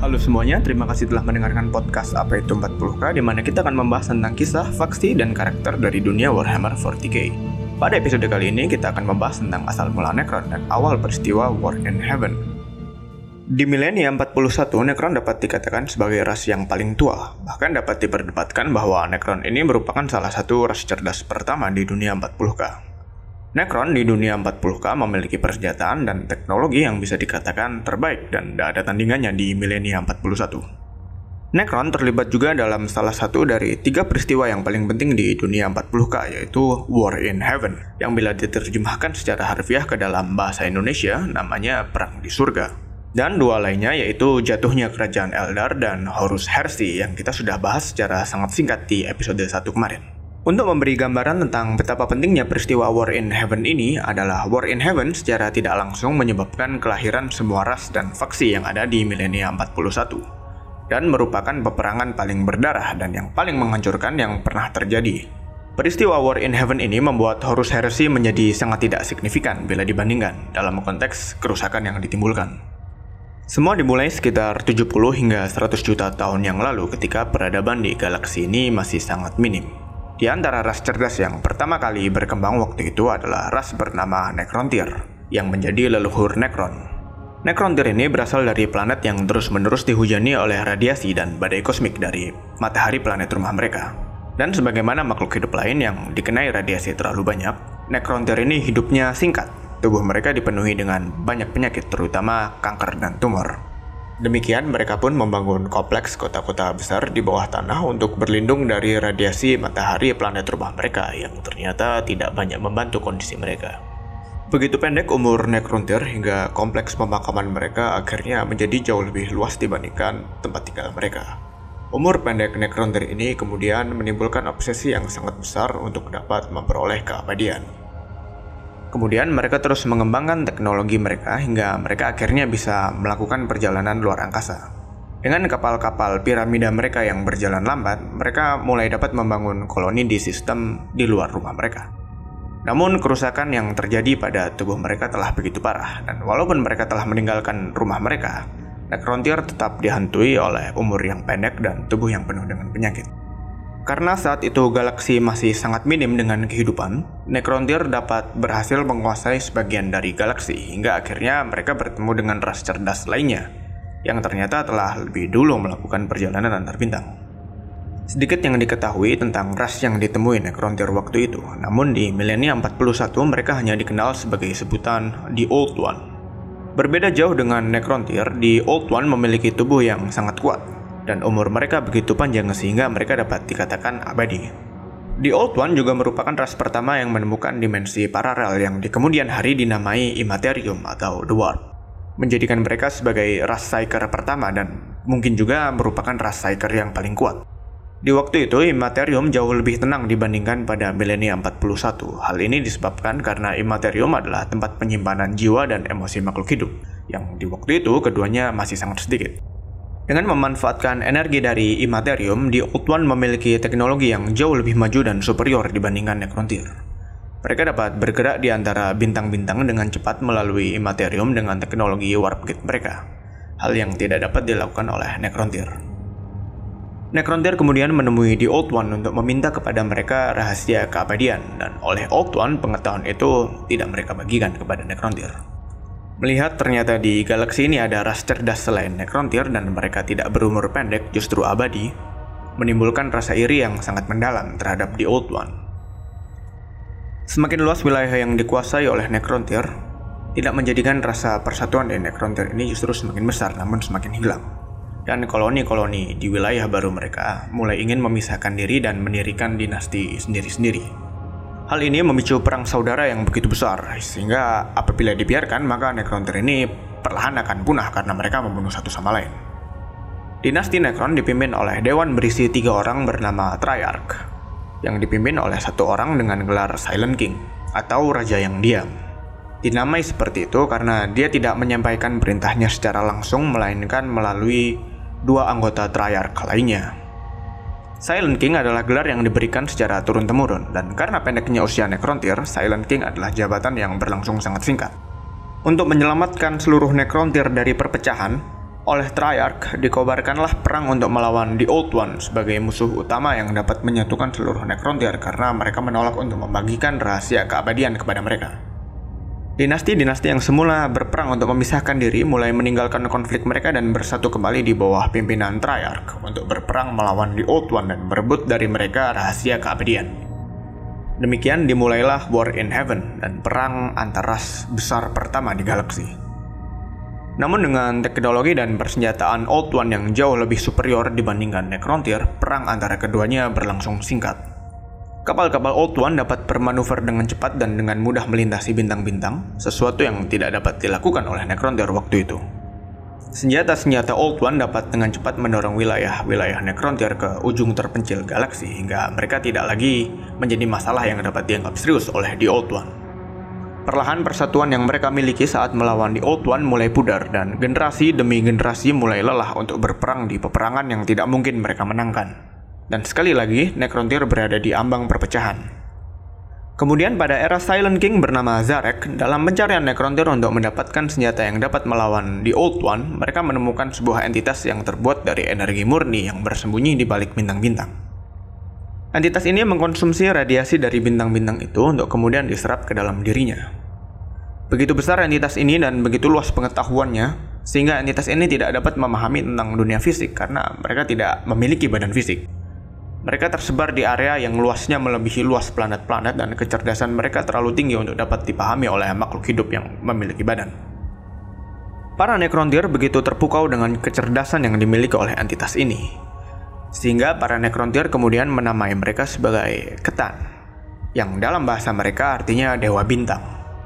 Halo semuanya, terima kasih telah mendengarkan podcast Apa Itu 40K, di mana kita akan membahas tentang kisah, faksi, dan karakter dari dunia Warhammer 40K. Pada episode kali ini, kita akan membahas tentang asal mula Necron dan awal peristiwa War in Heaven. Di milenia 41, Necron dapat dikatakan sebagai ras yang paling tua. Bahkan dapat diperdebatkan bahwa Necron ini merupakan salah satu ras cerdas pertama di dunia 40K. Necron di dunia 40K memiliki persenjataan dan teknologi yang bisa dikatakan terbaik dan tidak ada tandingannya di milenia 41. Necron terlibat juga dalam salah satu dari 3 peristiwa yang paling penting di dunia 40K, yaitu War in Heaven, yang bila diterjemahkan secara harfiah ke dalam bahasa Indonesia namanya Perang di Surga. Dan 2 lainnya yaitu jatuhnya kerajaan Eldar dan Horus Heresy yang kita sudah bahas secara sangat singkat di episode 1 kemarin. Untuk memberi gambaran tentang betapa pentingnya peristiwa War in Heaven ini adalah War in Heaven secara tidak langsung menyebabkan kelahiran semua ras dan faksi yang ada di milenia 41 dan merupakan peperangan paling berdarah dan yang paling menghancurkan yang pernah terjadi. Peristiwa War in Heaven ini membuat Horus Heresy menjadi sangat tidak signifikan bila dibandingkan dalam konteks kerusakan yang ditimbulkan. Semua dimulai sekitar 70 hingga 100 juta tahun yang lalu ketika peradaban di galaksi ini masih sangat minim. Di antara ras cerdas yang pertama kali berkembang waktu itu adalah ras bernama Necrontyr, yang menjadi leluhur Necron. Necrontyr ini berasal dari planet yang terus-menerus dihujani oleh radiasi dan badai kosmik dari matahari planet rumah mereka. Dan sebagaimana makhluk hidup lain yang dikenai radiasi terlalu banyak, Necrontyr ini hidupnya singkat. Tubuh mereka dipenuhi dengan banyak penyakit, terutama kanker dan tumor. Demikian, mereka pun membangun kompleks kota-kota besar di bawah tanah untuk berlindung dari radiasi matahari planet rumah mereka yang ternyata tidak banyak membantu kondisi mereka. Begitu pendek umur Necrontyr hingga kompleks pemakaman mereka akhirnya menjadi jauh lebih luas dibandingkan tempat tinggal mereka. Umur pendek Necrontyr ini kemudian menimbulkan obsesi yang sangat besar untuk dapat memperoleh keabadian. Kemudian mereka terus mengembangkan teknologi mereka hingga mereka akhirnya bisa melakukan perjalanan luar angkasa. Dengan kapal-kapal piramida mereka yang berjalan lambat, mereka mulai dapat membangun koloni di sistem di luar rumah mereka. Namun kerusakan yang terjadi pada tubuh mereka telah begitu parah, dan walaupun mereka telah meninggalkan rumah mereka, Necrontyr tetap dihantui oleh umur yang pendek dan tubuh yang penuh dengan penyakit. Karena saat itu galaksi masih sangat minim dengan kehidupan, Necrontyr dapat berhasil menguasai sebagian dari galaksi hingga akhirnya mereka bertemu dengan ras cerdas lainnya yang ternyata telah lebih dulu melakukan perjalanan antar bintang. Sedikit yang diketahui tentang ras yang ditemui Necrontyr waktu itu, namun di milenia 41 mereka hanya dikenal sebagai sebutan The Old One. Berbeda jauh dengan Necrontyr, The Old One memiliki tubuh yang sangat kuat dan umur mereka begitu panjang sehingga mereka dapat dikatakan abadi. The Old One juga merupakan ras pertama yang menemukan dimensi paralel yang di kemudian hari dinamai Immaterium atau The Warp, menjadikan mereka sebagai ras Psyker pertama dan mungkin juga merupakan ras Psyker yang paling kuat. Di waktu itu, Immaterium jauh lebih tenang dibandingkan pada milenia 41. Hal ini disebabkan karena Immaterium adalah tempat penyimpanan jiwa dan emosi makhluk hidup, yang di waktu itu keduanya masih sangat sedikit. Dengan memanfaatkan energi dari Immaterium, The Old One memiliki teknologi yang jauh lebih maju dan superior dibandingkan Necrontyr. Mereka dapat bergerak di antara bintang-bintang dengan cepat melalui Immaterium dengan teknologi Warp Gate mereka, hal yang tidak dapat dilakukan oleh Necrontyr. Necrontyr kemudian menemui The Old One untuk meminta kepada mereka rahasia keabadian, dan oleh Old One pengetahuan itu tidak mereka bagikan kepada Necrontyr. Melihat ternyata di galaksi ini ada ras cerdas selain Necrontyr dan mereka tidak berumur pendek justru abadi, menimbulkan rasa iri yang sangat mendalam terhadap The Old One. Semakin luas wilayah yang dikuasai oleh Necrontyr, tidak menjadikan rasa persatuan di Necrontyr ini justru semakin besar namun semakin hilang. Dan koloni-koloni di wilayah baru mereka mulai ingin memisahkan diri dan mendirikan dinasti sendiri-sendiri. Hal ini memicu perang saudara yang begitu besar, sehingga apabila dibiarkan maka Necrontyr ini perlahan akan punah karena mereka membunuh satu sama lain. Dinasti Necron dipimpin oleh dewan berisi 3 orang bernama Triarch, yang dipimpin oleh 1 orang dengan gelar Silent King, atau Raja yang Diam. Dinamai seperti itu karena dia tidak menyampaikan perintahnya secara langsung, melainkan melalui 2 anggota Triarch lainnya. Silent King adalah gelar yang diberikan secara turun-temurun, dan karena pendeknya usia Necrontyr, Silent King adalah jabatan yang berlangsung sangat singkat. Untuk menyelamatkan seluruh Necrontyr dari perpecahan, Oleh Triarch, dikobarkanlah perang untuk melawan The Old One sebagai musuh utama yang dapat menyatukan seluruh Necrontyr karena mereka menolak untuk membagikan rahasia keabadian kepada mereka. Dinasti-dinasti yang semula berperang untuk memisahkan diri mulai meninggalkan konflik mereka dan bersatu kembali di bawah pimpinan Triarch untuk berperang melawan The Old One dan merebut dari mereka rahasia keabadian. Demikian dimulailah War in Heaven dan perang antar ras besar pertama di galaksi. Namun dengan teknologi dan persenjataan Old One yang jauh lebih superior dibandingkan Necrontyr, perang antara keduanya berlangsung singkat. Kapal-kapal Old One dapat bermanuver dengan cepat dan dengan mudah melintasi bintang-bintang, sesuatu yang tidak dapat dilakukan oleh Necrontyr waktu itu. Senjata-senjata Old One dapat dengan cepat mendorong wilayah-wilayah Necrontyr ke ujung terpencil galaksi hingga mereka tidak lagi menjadi masalah yang dapat dianggap serius oleh The Old One. Perlahan persatuan yang mereka miliki saat melawan The Old One mulai pudar dan generasi demi generasi mulai lelah untuk berperang di peperangan yang tidak mungkin mereka menangkan. Dan sekali lagi, Necrontyr berada di ambang perpecahan. Kemudian pada era Silent King bernama Zarek, dalam pencarian Necrontyr untuk mendapatkan senjata yang dapat melawan The Old One, mereka menemukan sebuah entitas yang terbuat dari energi murni yang bersembunyi di balik bintang-bintang. Entitas ini mengkonsumsi radiasi dari bintang-bintang itu untuk kemudian diserap ke dalam dirinya. Begitu besar entitas ini dan begitu luas pengetahuannya, sehingga entitas ini tidak dapat memahami tentang dunia fisik karena mereka tidak memiliki badan fisik. Mereka tersebar di area yang luasnya melebihi luas planet-planet dan kecerdasan mereka terlalu tinggi untuk dapat dipahami oleh makhluk hidup yang memiliki badan. Para Necrontyr begitu terpukau dengan kecerdasan yang dimiliki oleh entitas ini. Sehingga para Necrontyr kemudian menamai mereka sebagai Ketan, yang dalam bahasa mereka artinya Dewa Bintang.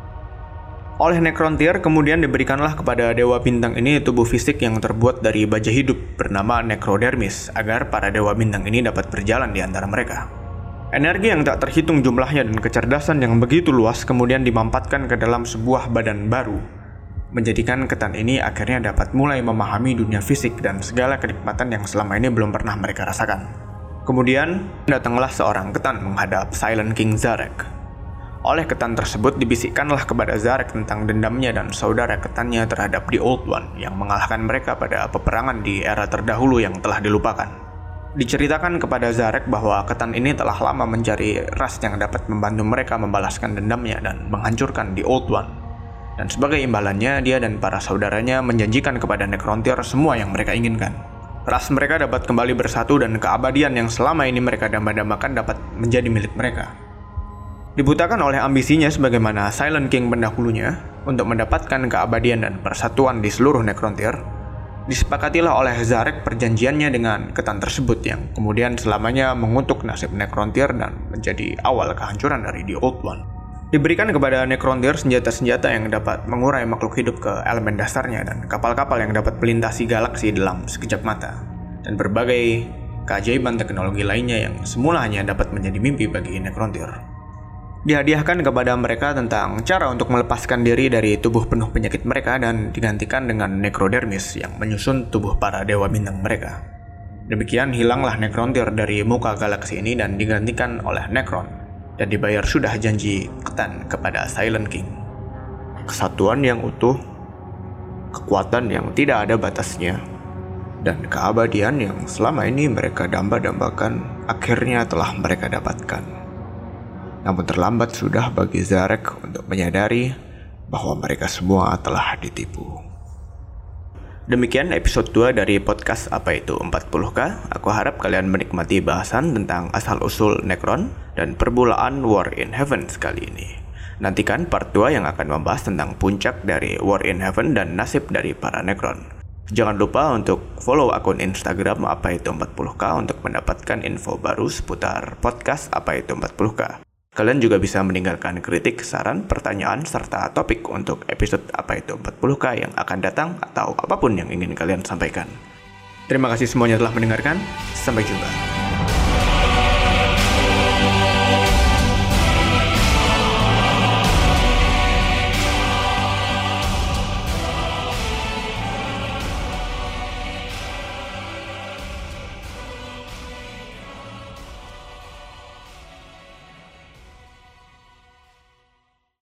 Oleh Necrontyr kemudian diberikanlah kepada Dewa Bintang ini tubuh fisik yang terbuat dari baja hidup bernama Necrodermis, agar para Dewa Bintang ini dapat berjalan di antara mereka. Energi yang tak terhitung jumlahnya dan kecerdasan yang begitu luas kemudian dimampatkan ke dalam sebuah badan baru, menjadikan Ketan ini akhirnya dapat mulai memahami dunia fisik dan segala kenikmatan yang selama ini belum pernah mereka rasakan. Kemudian, datanglah seorang Ketan menghadap Silent King Zarek. Oleh Ketan tersebut dibisikkanlah kepada Zarek tentang dendamnya dan saudara Ketannya terhadap The Old One yang mengalahkan mereka pada peperangan di era terdahulu yang telah dilupakan. Diceritakan kepada Zarek bahwa Ketan ini telah lama mencari ras yang dapat membantu mereka membalaskan dendamnya dan menghancurkan The Old One. Dan sebagai imbalannya, dia dan para saudaranya menjanjikan kepada Necrontyr semua yang mereka inginkan. Ras mereka dapat kembali bersatu dan keabadian yang selama ini mereka damba-dambakan dapat menjadi milik mereka. Dibutakan oleh ambisinya sebagaimana Silent King pendahulunya untuk mendapatkan keabadian dan persatuan di seluruh Necrontyr, disepakatilah oleh Zarek perjanjiannya dengan Ketan tersebut yang kemudian selamanya mengutuk nasib Necrontyr dan menjadi awal kehancuran dari The Old One. Diberikan kepada Necrontyr senjata-senjata yang dapat mengurai makhluk hidup ke elemen dasarnya dan kapal-kapal yang dapat melintasi galaksi dalam sekejap mata, dan berbagai keajaiban teknologi lainnya yang semula hanya dapat menjadi mimpi bagi Necrontyr. Dihadiahkan kepada mereka tentang cara untuk melepaskan diri dari tubuh penuh penyakit mereka dan digantikan dengan Necrodermis yang menyusun tubuh para Dewa Bintang mereka. Demikian hilanglah Necrontyr dari muka galaksi ini dan digantikan oleh Necron, dan dibayar sudah janji Ketan kepada Silent King. Kesatuan yang utuh, kekuatan yang tidak ada batasnya, dan keabadian yang selama ini mereka damba-dambakan akhirnya telah mereka dapatkan. Namun terlambat sudah bagi Zarek untuk menyadari bahwa mereka semua telah ditipu. Demikian episode 2 dari podcast Apa Itu 40K. Aku harap kalian menikmati bahasan tentang asal-usul Necron dan permulaan War in Heaven kali ini. Nantikan part 2 yang akan membahas tentang puncak dari War in Heaven dan nasib dari para Necron. Jangan lupa untuk follow akun Instagram Apa Itu 40K untuk mendapatkan info baru seputar podcast Apa Itu 40K. Kalian juga bisa meninggalkan kritik, saran, pertanyaan, serta topik untuk episode Apa Itu 40K yang akan datang atau apapun yang ingin kalian sampaikan. Terima kasih semuanya telah mendengarkan. Sampai jumpa.